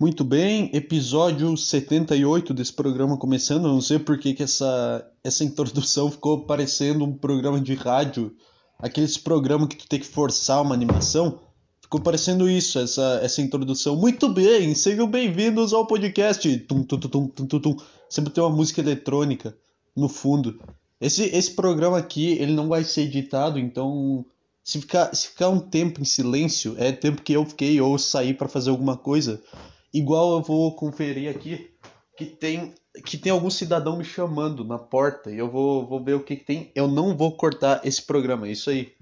Muito bem, episódio 78 desse programa começando. Eu não sei por que essa introdução ficou parecendo um programa de rádio, aqueles programas que tu tem que forçar uma animação. Ficou parecendo isso, essa introdução. Muito bem, sejam bem-vindos ao podcast. Tum, tum, tum, tum, tum, tum, tum. Sempre tem uma música eletrônica no fundo. Esse programa aqui, ele não vai ser editado, então se ficar um tempo em silêncio, é tempo que eu fiquei ou saí para fazer alguma coisa. Igual eu vou conferir aqui que tem algum cidadão me chamando na porta e eu vou ver o que tem. Eu não vou cortar esse programa, é isso aí.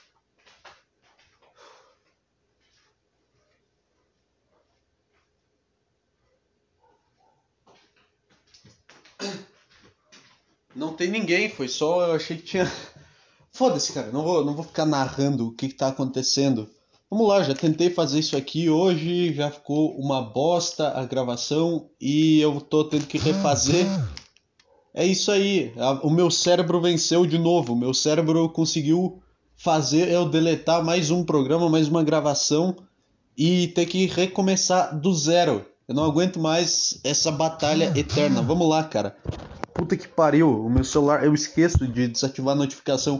Não tem ninguém, foi só eu achei que tinha. Foda-se, cara, não vou ficar narrando o que tá acontecendo. Vamos lá, já tentei fazer isso aqui hoje, já ficou uma bosta a gravação e eu tô tendo que refazer. É isso aí. O meu cérebro venceu de novo. O meu cérebro conseguiu fazer eu deletar mais um programa, mais uma gravação e ter que recomeçar do zero. Eu não aguento mais essa batalha eterna. Vamos lá, cara. Puta que pariu. O meu celular, eu esqueço de desativar a notificação.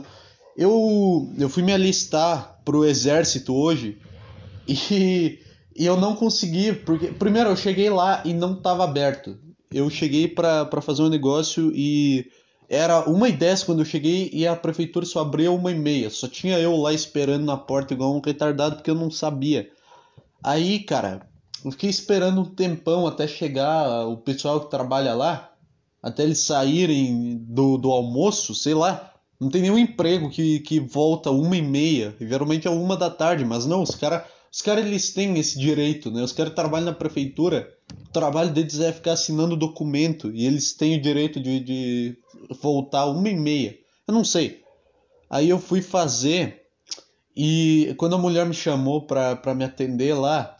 Eu fui me alistar pro exército hoje e, e eu não consegui, porque primeiro eu cheguei lá e não estava aberto. Eu cheguei para fazer um negócio e era 1h10 quando eu cheguei e a prefeitura só abria 1h30. Só tinha eu lá esperando na porta igual um retardado porque eu não sabia. Aí, cara, eu fiquei esperando um tempão até chegar o pessoal que trabalha lá, até eles saírem do almoço, sei lá. Não tem nenhum emprego que volta 1h30. Geralmente é 1 da tarde, mas não, os cara eles têm esse direito, né? Os caras trabalham na prefeitura, o trabalho deles é ficar assinando documento e eles têm o direito de voltar 1h30. Eu não sei. Aí eu fui fazer e quando a mulher me chamou pra me atender lá,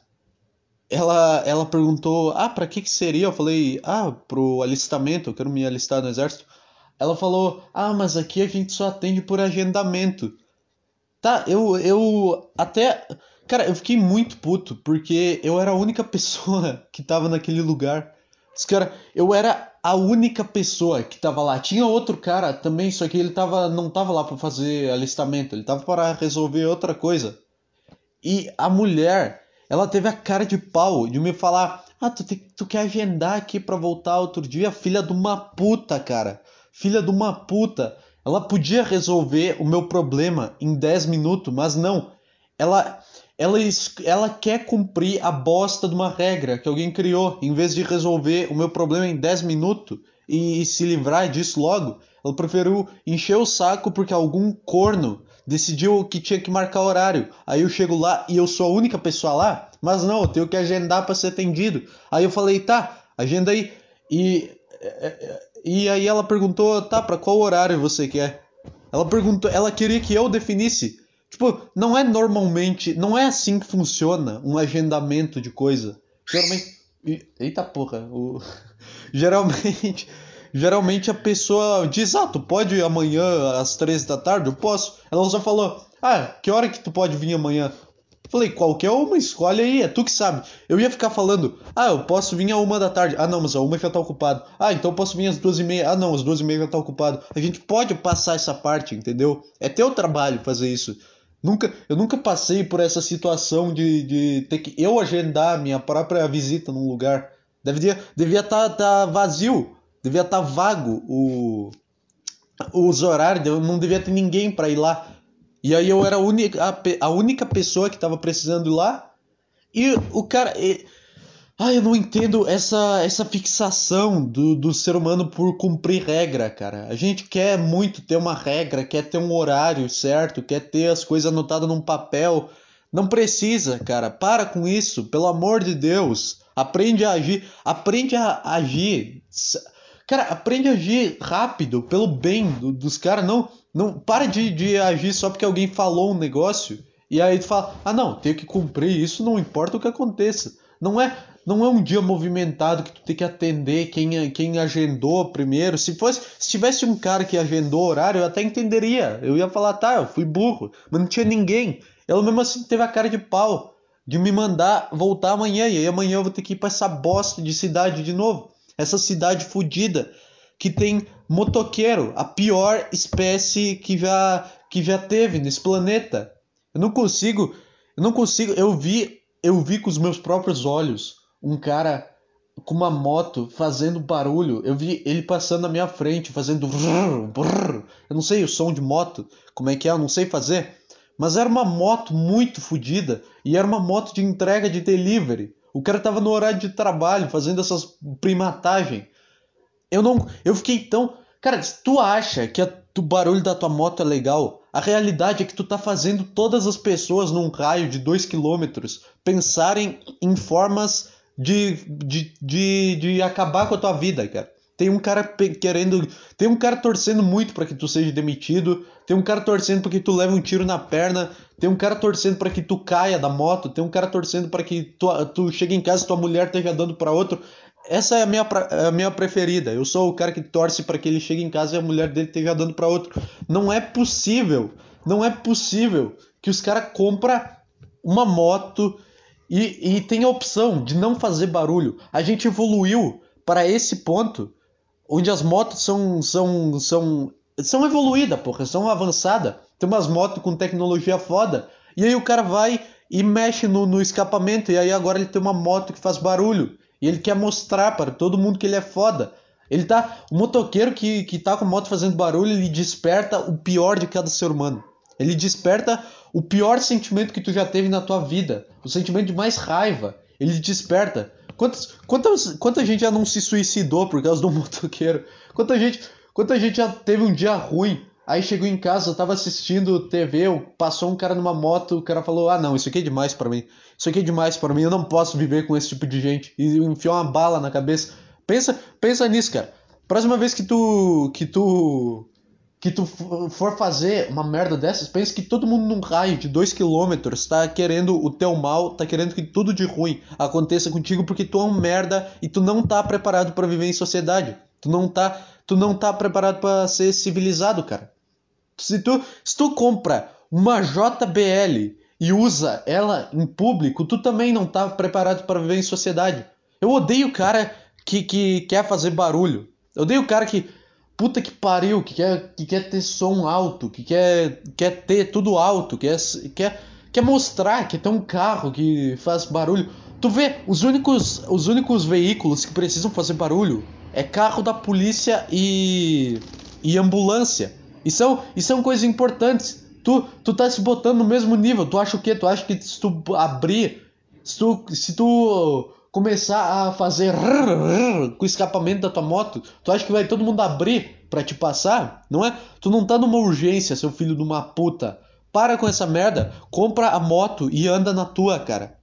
ela perguntou, pra que seria? Eu falei, pro alistamento, eu quero me alistar no exército. Ela falou, mas aqui a gente só atende por agendamento. Tá, eu até. Cara, eu fiquei muito puto, porque eu era a única pessoa que tava naquele lugar. Eu era a única pessoa que tava lá. Tinha outro cara também, só que ele não tava lá pra fazer alistamento, ele tava para resolver outra coisa. E a mulher, ela teve a cara de pau de me falar: tu quer agendar aqui pra voltar outro dia? Filha de uma puta, cara. Filha de uma puta. Ela podia resolver o meu problema em 10 minutos, mas não. Ela, ela quer cumprir a bosta de uma regra que alguém criou. Em vez de resolver o meu problema em 10 minutos e se livrar disso logo, ela preferiu encher o saco porque algum corno decidiu que tinha que marcar horário. Aí eu chego lá e eu sou a única pessoa lá, mas não, eu tenho que agendar para ser atendido. Aí eu falei, tá, agenda aí. E, e aí ela perguntou, tá, para qual horário você quer? Ela perguntou, ela queria que eu definisse. Tipo, não é normalmente, não é assim que funciona um agendamento de coisa. Geralmente, eita porra, geralmente, geralmente a pessoa diz, tu pode ir amanhã às 3 da tarde? Eu posso. Ela só falou, que hora que tu pode vir amanhã? Falei, qualquer uma, escolhe aí, é tu que sabe. Eu ia ficar falando, eu posso vir a 1 da tarde. Não, mas a 1 já tá ocupado. Então eu posso vir às 2h30. Não, às 2h30 já tá ocupado. A gente pode passar essa parte, entendeu? É teu trabalho fazer isso. Eu nunca passei por essa situação de ter que eu agendar a minha própria visita num lugar. Devia tá vazio, devia estar vago os horários, eu não devia ter ninguém para ir lá. E aí eu era a única pessoa que tava precisando ir lá. E o cara. Eu não entendo essa fixação do ser humano por cumprir regra, cara. A gente quer muito ter uma regra, quer ter um horário certo, quer ter as coisas anotadas num papel. Não precisa, cara. Para com isso, pelo amor de Deus. Aprende a agir. Aprende a agir. Cara, aprende a agir rápido, pelo bem dos caras. Não para de agir só porque alguém falou um negócio. E aí tu fala, não, tenho que cumprir isso, não importa o que aconteça. Não é um dia movimentado que tu tem que atender quem agendou primeiro. Se tivesse um cara que agendou o horário, eu até entenderia. Eu ia falar, tá, eu fui burro, mas não tinha ninguém. Ela mesmo assim teve a cara de pau. de me mandar voltar amanhã. E aí amanhã eu vou ter que ir pra essa bosta de cidade de novo. Essa cidade fodida que tem motoqueiro, a pior espécie que já teve nesse planeta. Eu não consigo, eu não consigo, eu vi com os meus próprios olhos um cara com uma moto fazendo barulho. Eu vi ele passando na minha frente, fazendo brrr, brrr. Eu não sei o som de moto, como é que é, eu não sei fazer. Mas era uma moto muito fodida e era uma moto de entrega de delivery. O cara tava no horário de trabalho fazendo essas primatagens. Eu fiquei tão. Cara, se tu acha que o barulho da tua moto é legal, a realidade é que tu tá fazendo todas as pessoas num raio de 2 km pensarem em formas de acabar com a tua vida, cara. Tem um cara querendo. Tem um cara torcendo muito pra que tu seja demitido. Tem um cara torcendo pra que tu leve um tiro na perna. Tem um cara torcendo pra que tu caia da moto. Tem um cara torcendo pra que tu chegue em casa e tua mulher esteja dando pra outro. Essa é a minha preferida. Eu sou o cara que torce para que ele chegue em casa e a mulher dele esteja dando para outro. Não é possível. Não é possível que os caras compram uma moto e tem a opção de não fazer barulho. A gente evoluiu para esse ponto onde as motos são evoluídas, porra, são avançadas. Tem umas motos com tecnologia foda. E aí o cara vai e mexe no escapamento. E aí agora ele tem uma moto que faz barulho. E ele quer mostrar para todo mundo que ele é foda. O motoqueiro que tá com a moto fazendo barulho, ele desperta o pior de cada ser humano. Ele desperta o pior sentimento que tu já teve na tua vida. O sentimento de mais raiva. Ele desperta. Quanta gente já não se suicidou por causa do motoqueiro? Quanta gente já teve um dia ruim? Aí chegou em casa, tava assistindo TV, passou um cara numa moto, o cara falou: "Ah, não, isso aqui é demais pra mim. Isso aqui é demais pra mim, eu não posso viver com esse tipo de gente." E enfiou uma bala na cabeça. Pensa nisso, cara. Próxima vez que tu for fazer uma merda dessas, pensa que todo mundo num raio de 2 km tá querendo o teu mal, tá querendo que tudo de ruim aconteça contigo porque tu é um merda e tu não tá preparado pra viver em sociedade. Tu não tá preparado pra ser civilizado, cara. Se tu compra uma JBL e usa ela em público, tu também não tá preparado para viver em sociedade. Eu odeio o cara que quer fazer barulho. Eu odeio o cara que, puta que pariu, que quer ter som alto, que quer ter tudo alto, quer mostrar que tem um carro que faz barulho. Tu vê, os únicos veículos que precisam fazer barulho é carro da polícia e ambulância. E são coisas importantes. Tu tá se botando no mesmo nível. Tu acha o quê? Tu acha que se tu abrir, se tu começar a fazer com o escapamento da tua moto, tu acha que vai todo mundo abrir pra te passar? Não é? Tu não tá numa urgência, seu filho de uma puta. Para com essa merda. Compra a moto e anda na tua, cara.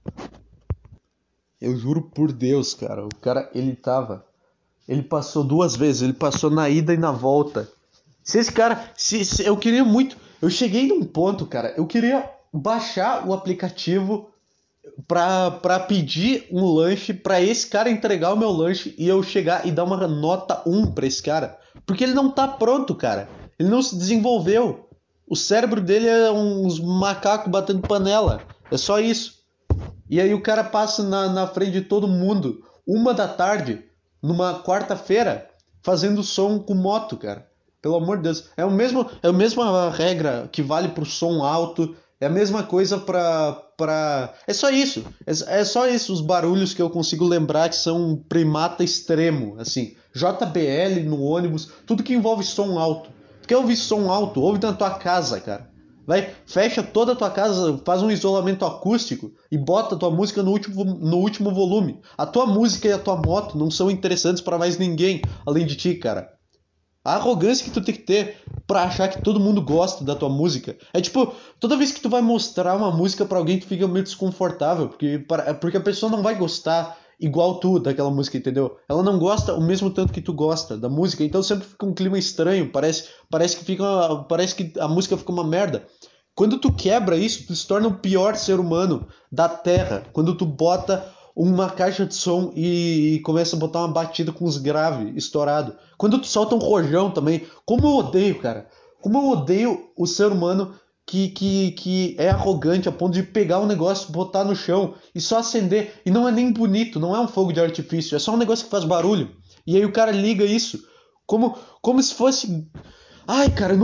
Eu juro por Deus, cara. O cara, ele passou 2 vezes. Ele passou na ida e na volta. Se esse cara. Eu queria muito. Eu cheguei num ponto, cara. Eu queria baixar o aplicativo pra pedir um lanche, pra esse cara entregar o meu lanche e eu chegar e dar uma nota 1 pra esse cara. Porque ele não tá pronto, cara. Ele não se desenvolveu. O cérebro dele é uns macacos batendo panela. É só isso. E aí o cara passa na frente de todo mundo, 1 da tarde, numa quarta-feira, fazendo som com moto, cara. Pelo amor de Deus. É a mesma regra que vale pro som alto, é a mesma coisa pra. É só isso. É só isso os barulhos que eu consigo lembrar que são um primata extremo, assim. JBL no ônibus, tudo que envolve som alto. Tu quer ouvir som alto? Ouve na tua casa, cara. Vai, fecha toda a tua casa, faz um isolamento acústico e bota a tua música no último volume. A tua música e a tua moto não são interessantes pra mais ninguém além de ti, cara. A arrogância que tu tem que ter pra achar que todo mundo gosta da tua música. É tipo, toda vez que tu vai mostrar uma música pra alguém, tu fica meio desconfortável, porque a pessoa não vai gostar igual tu daquela música, entendeu? Ela não gosta o mesmo tanto que tu gosta da música, então sempre fica um clima estranho, parece que a música fica uma merda. Quando tu quebra isso, tu se torna o pior ser humano da Terra. Quando tu bota uma caixa de som e começa a botar uma batida com os graves estourado. Quando tu solta um rojão também. Como eu odeio, cara. Como eu odeio o ser humano que é arrogante a ponto de pegar um negócio, botar no chão e só acender. E não é nem bonito, não é um fogo de artifício, é só um negócio que faz barulho. E aí o cara liga isso como se fosse. Ai, cara,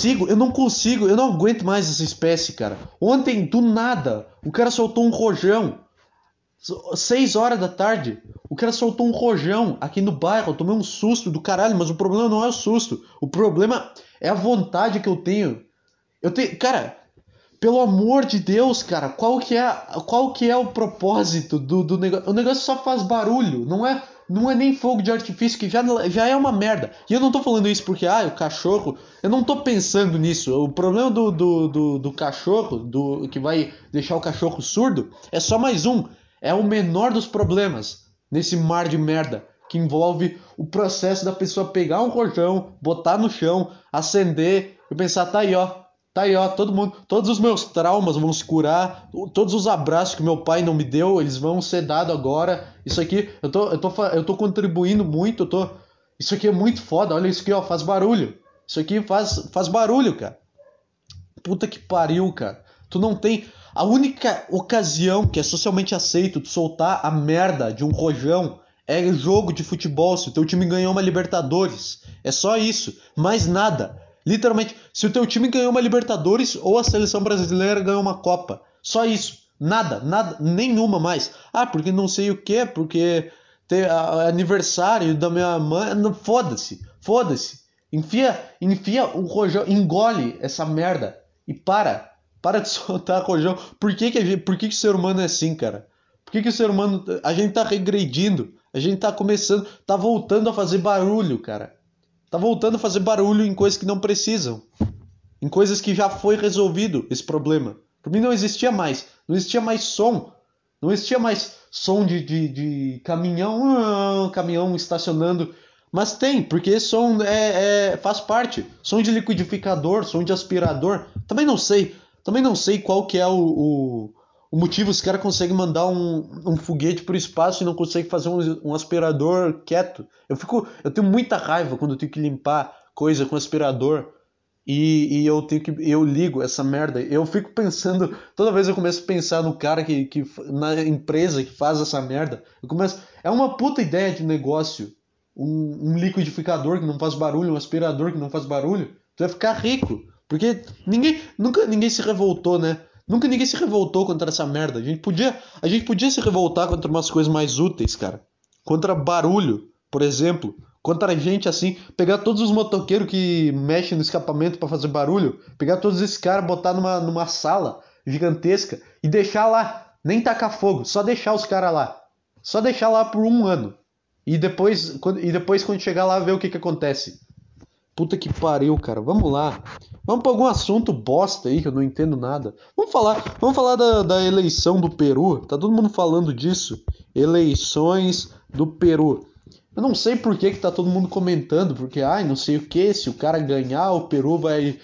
eu não aguento mais essa espécie, cara. Ontem, do nada, o cara soltou um rojão. 6 horas da tarde, o cara soltou um rojão aqui no bairro. Eu tomei um susto do caralho, mas o problema não é o susto. O problema é a vontade que eu tenho. Cara, pelo amor de Deus, cara, qual que é o propósito do negócio? O negócio só faz barulho, não é nem fogo de artifício, que já é uma merda. E eu não tô falando isso porque, o cachorro, eu não tô pensando nisso. O problema do cachorro, que vai deixar o cachorro surdo, é só mais um. É o menor dos problemas nesse mar de merda que envolve o processo da pessoa pegar um rojão, botar no chão, acender e pensar, tá aí, ó. Tá aí, ó, todo mundo, todos os meus traumas vão se curar, todos os abraços que meu pai não me deu, eles vão ser dados agora. Isso aqui, eu tô contribuindo muito, isso aqui é muito foda, olha isso aqui, ó, faz barulho. Isso aqui faz barulho, cara. Puta que pariu, cara. Tu não tem. A única ocasião que é socialmente aceito de soltar a merda de um rojão é jogo de futebol, se o teu time ganhou uma Libertadores. É só isso. Mais nada. Literalmente, se o teu time ganhou uma Libertadores ou a seleção brasileira ganhou uma Copa. Só isso. Nada, nenhuma mais. Porque não sei o que, porque tem aniversário da minha mãe. Foda-se. Enfia o rojão, engole essa merda e para de soltar rojão. Por que o ser humano é assim, cara? Por que o ser humano, a gente tá regredindo, a gente tá começando, tá voltando a fazer barulho, cara. Tá voltando a fazer barulho em coisas que não precisam, em coisas que já foi resolvido esse problema. Por mim não existia mais som, não existia mais som de caminhão estacionando. Mas tem, porque som faz parte. Som de liquidificador, som de aspirador. Também não sei qual que é o motivo. Os caras conseguem mandar um foguete para o espaço e não conseguem fazer um aspirador quieto. Eu tenho muita raiva quando eu tenho que limpar coisa com aspirador. E eu ligo essa merda. Eu fico pensando, toda vez eu começo a pensar no cara na empresa que faz essa merda. É uma puta ideia de negócio. Um liquidificador que não faz barulho, um aspirador que não faz barulho. Tu vai ficar rico. Porque nunca ninguém se revoltou, né? Nunca ninguém se revoltou contra essa merda. A gente podia se revoltar contra umas coisas mais úteis, cara. Contra barulho, por exemplo. Contra gente assim, pegar todos os motoqueiros que mexem no escapamento pra fazer barulho, pegar todos esses caras, botar numa sala gigantesca e deixar lá, nem tacar fogo, só deixar os caras lá. Só deixar lá por um ano. E depois quando chegar lá, ver o que acontece. Puta que pariu, cara. Vamos lá. Vamos pra algum assunto bosta aí que eu não entendo nada. Vamos falar da eleição do Peru. Tá todo mundo falando disso. Eleições do Peru. Eu não sei por que tá todo mundo comentando, porque, não sei o que, se o cara ganhar, o Peru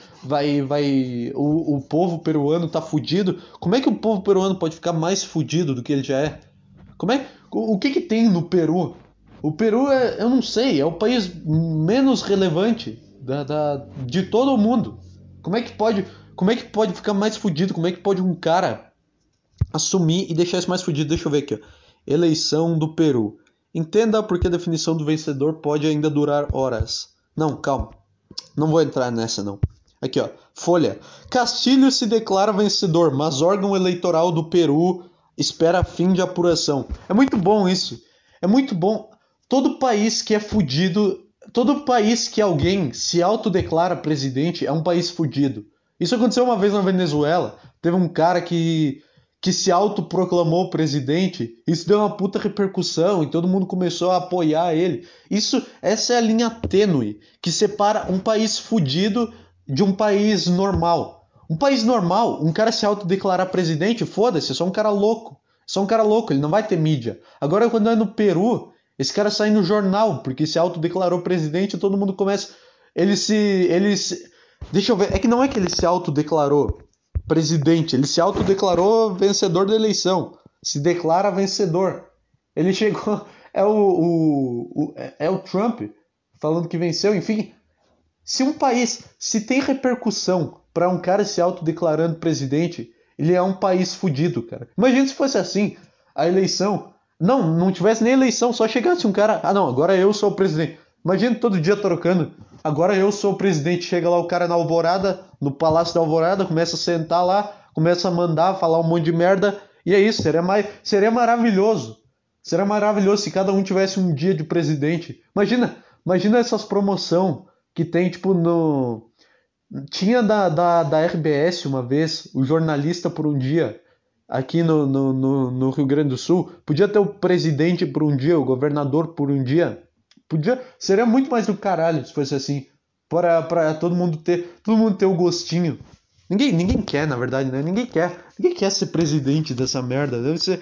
o povo peruano tá fudido. Como é que o povo peruano pode ficar mais fudido do que ele já é? O que tem no Peru? O Peru eu não sei, é o país menos relevante de todo o mundo. Como é que pode ficar mais fudido? Como é que pode um cara assumir e deixar isso mais fudido? Deixa eu ver aqui, ó. Eleição do Peru. Entenda porque a definição do vencedor pode ainda durar horas. Não, calma. Não vou entrar nessa, não. Aqui, ó. Folha. Castilho se declara vencedor, mas órgão eleitoral do Peru espera fim de apuração. É muito bom isso. É muito bom. Todo país que é fudido, todo país que alguém se autodeclara presidente é um país fudido. Isso aconteceu uma vez na Venezuela. Teve um cara que se autoproclamou presidente. Isso deu uma puta repercussão e todo mundo começou a apoiar ele. Essa é a linha tênue que separa um país fudido de um país normal. Um país normal, um cara se autodeclarar presidente, foda-se, é só um cara louco. Só um cara louco, ele não vai ter mídia. Agora, quando é no Peru, esse cara sai no jornal, porque se autodeclarou presidente e todo mundo começa. Deixa eu ver, é que não é que ele se autodeclarou presidente, ele se autodeclarou vencedor da eleição. Se declara vencedor. Ele chegou. É o Trump falando que venceu, enfim. Se um país, se tem repercussão para um cara se autodeclarando presidente, ele é um país fudido, cara. Imagina se fosse assim, a eleição, não tivesse nem eleição, só chegasse um cara, não, agora eu sou o presidente. Imagina todo dia trocando, agora eu sou o presidente, chega lá o cara na Alvorada, no Palácio da Alvorada, começa a sentar lá, começa a mandar, falar um monte de merda, e é isso, seria maravilhoso. Seria maravilhoso se cada um tivesse um dia de presidente. Imagina essas promoção que tem, tipo, no. Tinha da RBS uma vez, o jornalista por um dia, aqui no Rio Grande do Sul. Podia ter o presidente por um dia, o governador por um dia. Seria muito mais do caralho se fosse assim. Para todo mundo ter o gostinho. Ninguém quer, na verdade, né? Ninguém quer ser presidente dessa merda. Deve ser,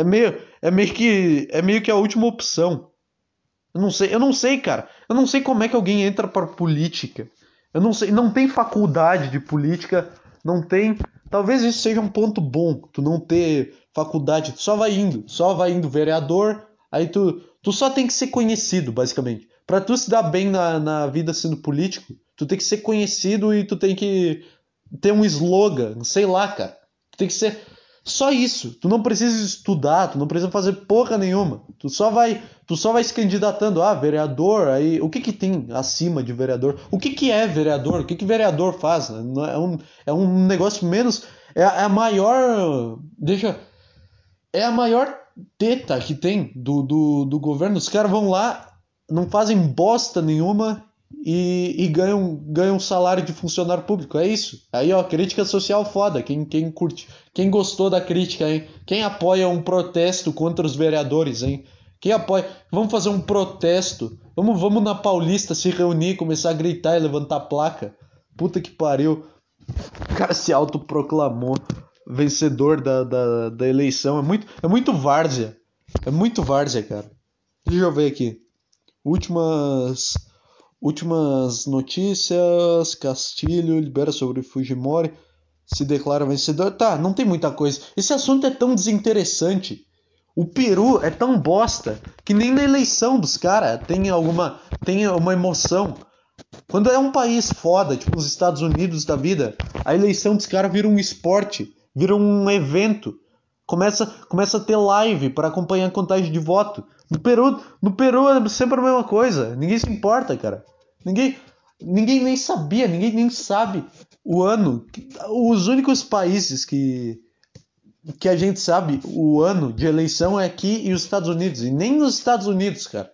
é meio que a última opção. Eu não sei, cara. Eu não sei como é que alguém entra para política. Eu não sei, não tem faculdade de política, não tem. Talvez isso seja um ponto bom, tu não ter faculdade, tu só vai indo vereador, aí tu só tem que ser conhecido, basicamente. Pra tu se dar bem na vida sendo político, tu tem que ser conhecido e tu tem que ter um slogan, sei lá, cara. Tu tem que ser só isso. Tu não precisa estudar, tu não precisa fazer porra nenhuma. Tu só vai se candidatando, vereador, aí o que tem acima de vereador? O que é vereador? O que vereador faz? Não é um negócio menos é a maior, é a maior teta que tem do governo. Os caras vão lá, não fazem bosta nenhuma e ganham salário de funcionário público. É isso. Aí, ó, crítica social foda. Quem curte, quem gostou da crítica, hein? Quem apoia um protesto contra os vereadores, hein? Quem apoia? Vamos fazer um protesto. Vamos na Paulista se reunir, começar a gritar e levantar placa. Puta que pariu. O cara se autoproclamou vencedor da eleição. É muito várzea. É muito várzea, cara. Deixa eu ver aqui. Últimas, últimas notícias. Castilho libera sobre Fujimori. Se declara vencedor. Tá, não tem muita coisa. Esse assunto é tão desinteressante. O Peru é tão bosta que nem na eleição dos caras tem uma emoção. Quando é um país foda, tipo os Estados Unidos da vida, a eleição dos caras vira um esporte, vira um evento. Começa a ter live para acompanhar a contagem de voto. No Peru é sempre a mesma coisa. Ninguém se importa, cara. Ninguém, ninguém nem sabia, ninguém nem sabe o ano. Os únicos países que a gente sabe o ano de eleição é aqui e os Estados Unidos. E nem nos Estados Unidos, cara.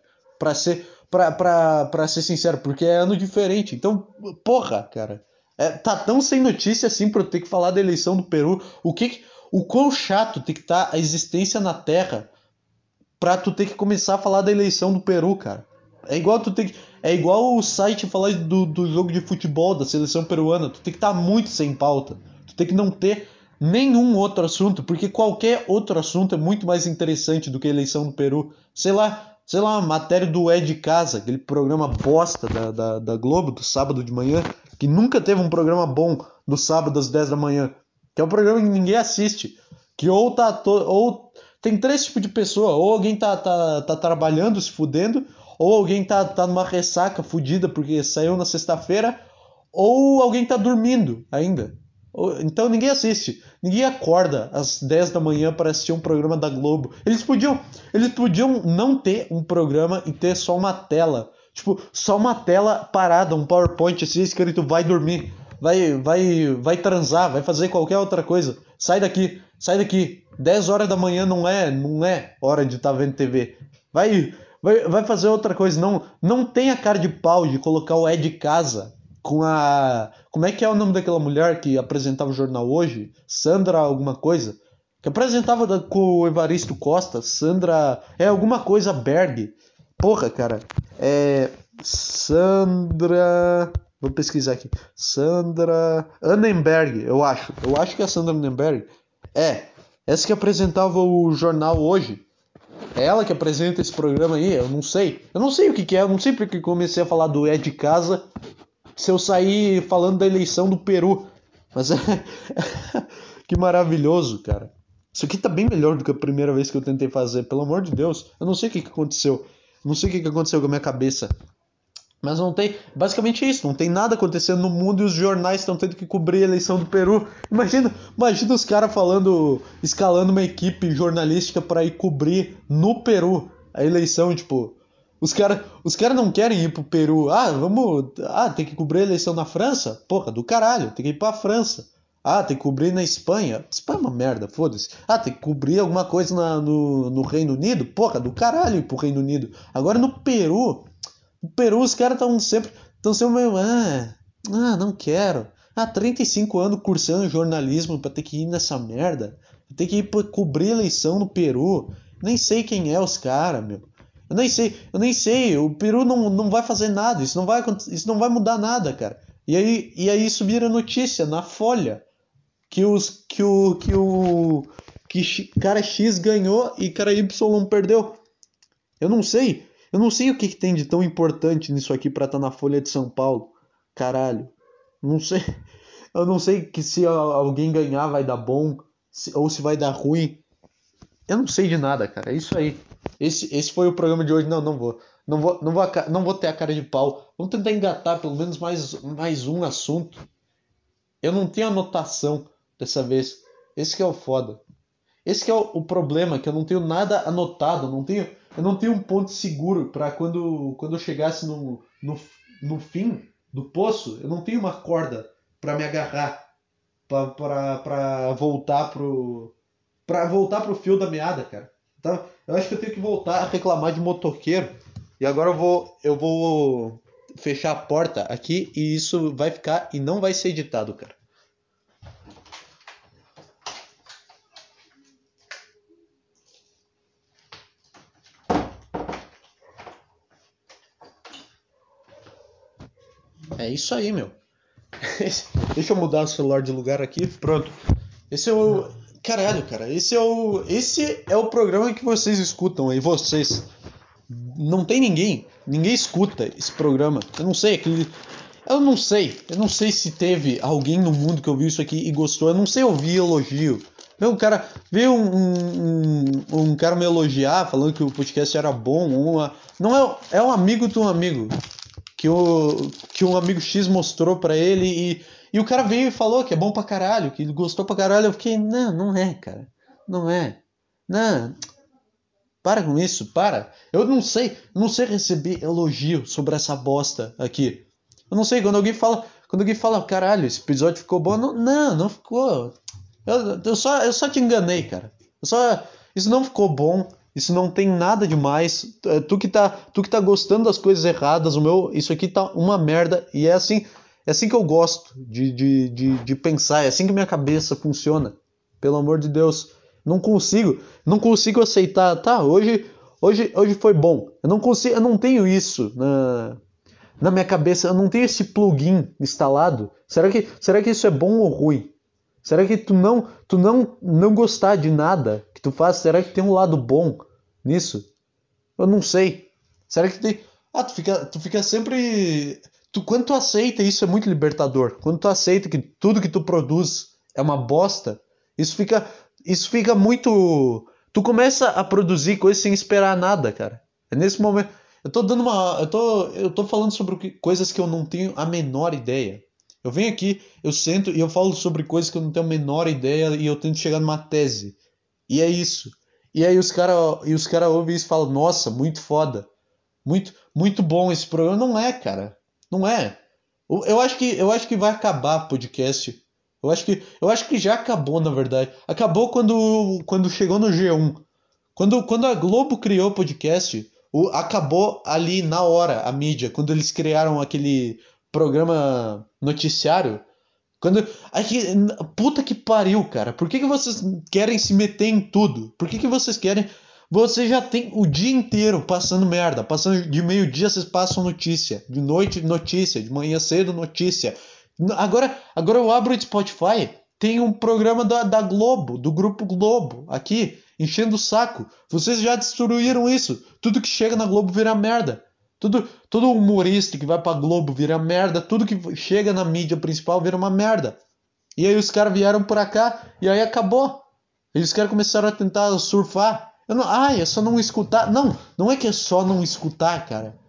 Pra ser sincero, porque é ano diferente. Então, porra, cara. Tá tão sem notícia assim pra eu ter que falar da eleição do Peru. O quão chato tem que estar a existência na Terra pra tu ter que começar a falar da eleição do Peru, cara. É igual o site falar do jogo de futebol da seleção peruana. Tu tem que estar muito sem pauta. Tu tem que não ter nenhum outro assunto, porque qualquer outro assunto é muito mais interessante do que a eleição do Peru. Sei lá, a matéria do Ed Casa, aquele programa bosta da Globo, do sábado de manhã, que nunca teve um programa bom no sábado às 10 da manhã. Que é um programa que ninguém assiste. Que ou tem três tipos de pessoa: ou alguém tá trabalhando, se fudendo, ou alguém tá numa ressaca fudida porque saiu na sexta-feira, ou alguém tá dormindo ainda. Então ninguém assiste. Ninguém acorda às 10 da manhã para assistir um programa da Globo. Eles podiam não ter um programa e ter só uma tela. Tipo, só uma tela parada, um PowerPoint assim escrito vai dormir, vai transar, vai fazer qualquer outra coisa. Sai daqui, sai daqui. 10 horas da manhã não é hora de estar vendo TV. Vai fazer outra coisa. Não tem a cara de pau de colocar o Ed Casa com a. Como é que é o nome daquela mulher que apresentava o jornal hoje? Sandra alguma coisa? Que apresentava com o Evaristo Costa. Sandra. É alguma coisa Berg. Porra, cara. Sandra. Vou pesquisar aqui. Sandra Annenberg, eu acho. Eu acho que é a Sandra Annenberg. Essa que apresentava o jornal hoje. É ela que apresenta esse programa aí? Eu não sei. Eu não sei o que é. Eu não sei porque comecei a falar do Ed Casa se eu sair falando da eleição do Peru. Mas que maravilhoso, cara. Isso aqui tá bem melhor do que a primeira vez que eu tentei fazer. Pelo amor de Deus. Eu não sei o que aconteceu. Não sei o que aconteceu com a minha cabeça. Mas não tem, basicamente é isso, não tem nada acontecendo no mundo e os jornais estão tendo que cobrir a eleição do Peru. Imagina os caras escalando uma equipe jornalística para ir cobrir no Peru a eleição, tipo, os cara não querem ir pro Peru. Tem que cobrir a eleição na França? Porra, do caralho, tem que ir pra França. Tem que cobrir na Espanha? Espanha é uma merda, foda-se. Tem que cobrir alguma coisa no Reino Unido? Porra, do caralho ir pro Reino Unido. Agora no Peru, os caras estão sempre meio, não quero. 35 anos cursando jornalismo pra ter que ir nessa merda. Ter que ir pra cobrir eleição no Peru. Nem sei quem é os caras, meu. Eu nem sei. O Peru não vai fazer nada. Isso não vai mudar nada, cara. E aí isso vira notícia na Folha. Que cara X ganhou e cara Y perdeu. Eu não sei. Eu não sei o que tem de tão importante nisso aqui pra estar na Folha de São Paulo. Caralho. Não sei. Eu não sei que se alguém ganhar vai dar bom ou se vai dar ruim. Eu não sei de nada, cara. É isso aí. Esse foi o programa de hoje. Não, não vou. Não vou ter a cara de pau. Vamos tentar engatar pelo menos mais um assunto. Eu não tenho anotação dessa vez. Esse que é o foda. Esse que é o problema, que eu não tenho nada anotado, eu não tenho um ponto seguro para quando eu chegasse no fim do poço, eu não tenho uma corda para me agarrar para voltar pro fio da meada, cara. Então, eu acho que eu tenho que voltar a reclamar de motoqueiro. E agora eu vou fechar a porta aqui e isso vai ficar e não vai ser editado, cara. É isso aí, meu. Deixa eu mudar o celular de lugar aqui. Pronto. Esse é o. Caralho, cara. Esse é o programa que vocês escutam aí. Vocês. Não tem ninguém. Ninguém escuta esse programa. Eu não sei. Eu não sei. Eu não sei se teve alguém no mundo que ouviu isso aqui e gostou. Eu não sei ouvir elogio. Meu, cara, veio um cara me elogiar falando que o podcast era bom. Não é um amigo de um amigo que um amigo X mostrou pra ele e o cara veio e falou que é bom pra caralho, que ele gostou pra caralho. Eu fiquei, não é, cara. Não é. Não, para com isso, para. Eu não sei receber elogio sobre essa bosta aqui. Eu não sei, quando alguém fala, caralho, esse episódio ficou bom. Não ficou. Eu só te enganei, cara. Isso não ficou bom. Isso não tem nada demais. Tu que tá gostando das coisas erradas. Isso aqui tá uma merda. E é assim que eu gosto de pensar. É assim que minha cabeça funciona. Pelo amor de Deus. Não consigo aceitar. Tá, hoje foi bom. Eu não tenho isso na minha cabeça. Eu não tenho esse plugin instalado. Será que isso é bom ou ruim? Será que tu não gostar de nada que tu faz, será que tem um lado bom nisso? Eu não sei. Será que tem. Tu fica sempre. Quando tu aceita isso é muito libertador. Quando tu aceita que tudo que tu produz é uma bosta, isso fica, isso fica muito. Tu começa a produzir coisas sem esperar nada, cara. É nesse momento. Eu tô dando uma. Eu tô falando sobre coisas que eu não tenho a menor ideia. Eu venho aqui, eu sento e eu falo sobre coisas que eu não tenho a menor ideia e eu tento chegar numa tese. E é isso. E aí os cara ouvem isso e falam, nossa, muito foda. Muito, muito bom esse programa. Não é, cara. Não é. Eu acho que vai acabar o podcast. Eu acho que já acabou, na verdade. Acabou quando chegou no G1. Quando a Globo criou o podcast, acabou ali na hora a mídia. Quando eles criaram aquele programa noticiário. Aqui, puta que pariu, cara. Por que vocês querem se meter em tudo? Por que vocês querem. Você já tem o dia inteiro passando merda. Passando de meio-dia vocês passam notícia. De noite, notícia. De manhã cedo, notícia. Agora eu abro o Spotify. Tem um programa da Globo, do Grupo Globo, aqui, enchendo o saco. Vocês já destruíram isso. Tudo que chega na Globo vira merda. Todo humorista que vai pra Globo vira merda. Tudo que chega na mídia principal vira uma merda. E aí os caras vieram pra cá e aí acabou. E os caras começaram a tentar surfar. É só não escutar. Não é que é só não escutar, cara.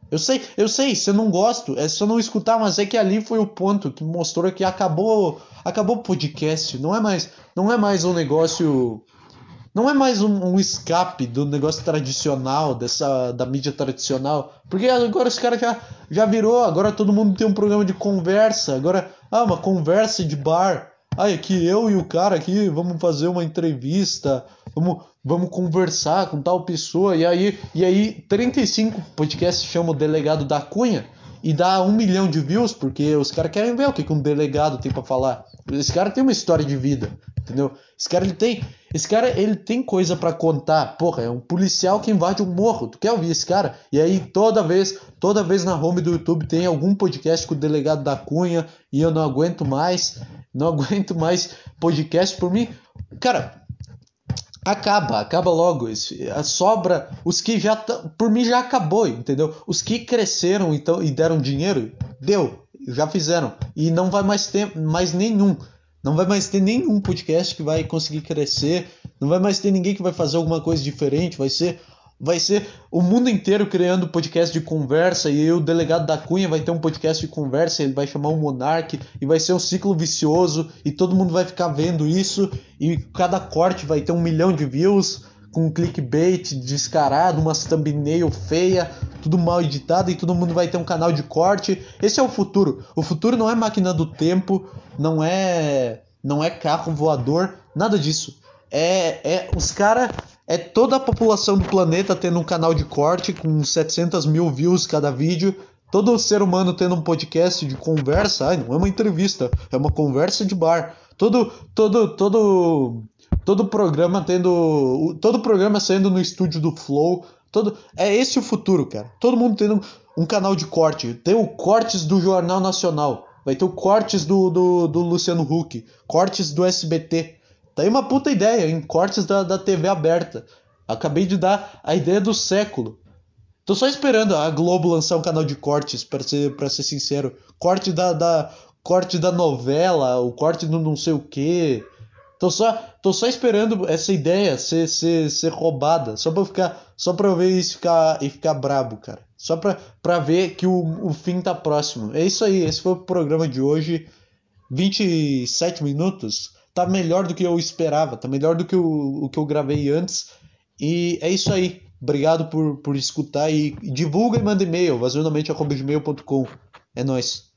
Eu sei, você não gosta, é só não escutar, mas é que ali foi o ponto que mostrou que acabou o podcast. Não é mais um negócio. Não é mais um escape do negócio tradicional, da mídia tradicional. Porque agora os caras já virou, agora todo mundo tem um programa de conversa. Agora, uma conversa de bar. Aqui eu e o cara aqui vamos fazer uma entrevista, vamos conversar com tal pessoa. E aí 35 podcasts chamam o delegado da Cunha e dá 1 milhão de views, porque os caras querem ver o que um delegado tem pra falar. Esse cara tem uma história de vida, entendeu? Esse cara ele tem coisa pra contar. Porra, é um policial que invade um morro. Tu quer ouvir esse cara? E aí toda vez na home do YouTube tem algum podcast com o delegado da Cunha e eu não aguento mais. Não aguento mais podcast por mim. Cara, acaba logo. A sobra, os que já por mim já acabou, entendeu? Os que cresceram e deram dinheiro, deu, já fizeram. E não vai mais ter mais nenhum. Não vai mais ter nenhum podcast que vai conseguir crescer. Não vai mais ter ninguém que vai fazer alguma coisa diferente. Vai ser o mundo inteiro criando podcast de conversa. E aí o delegado da Cunha vai ter um podcast de conversa. Ele vai chamar o Monark. E vai ser um ciclo vicioso. E todo mundo vai ficar vendo isso. E cada corte vai ter 1 milhão de views. Com um clickbait descarado, umas thumbnail feia, tudo mal editado. E todo mundo vai ter um canal de corte. Esse é o futuro. O futuro não é máquina do tempo. Não é carro voador. Nada disso. Os caras. É toda a população do planeta tendo um canal de corte com 700 mil views cada vídeo. Todo ser humano tendo um podcast de conversa. Não é uma entrevista, é uma conversa de bar. Todo programa tendo. Todo programa saindo no estúdio do Flow. É esse o futuro, cara. Todo mundo tendo um canal de corte. Tem o Cortes do Jornal Nacional. Vai ter o Cortes do Luciano Huck. Cortes do SBT. Tá aí uma puta ideia, hein? Cortes da TV aberta. Acabei de dar a ideia do século. Tô só esperando a Globo lançar um canal de cortes, pra ser sincero. Corte da novela, o corte do não sei o quê. Tô só esperando essa ideia ser roubada. Só pra eu ver isso e ficar brabo, cara. Só pra ver que o fim tá próximo. É isso aí, esse foi o programa de hoje. 27 minutos, tá melhor do que eu esperava, tá melhor do que o que eu gravei antes. E é isso aí. Obrigado por escutar e divulga e manda e-mail, vazionamente@gmail.com. É nóis.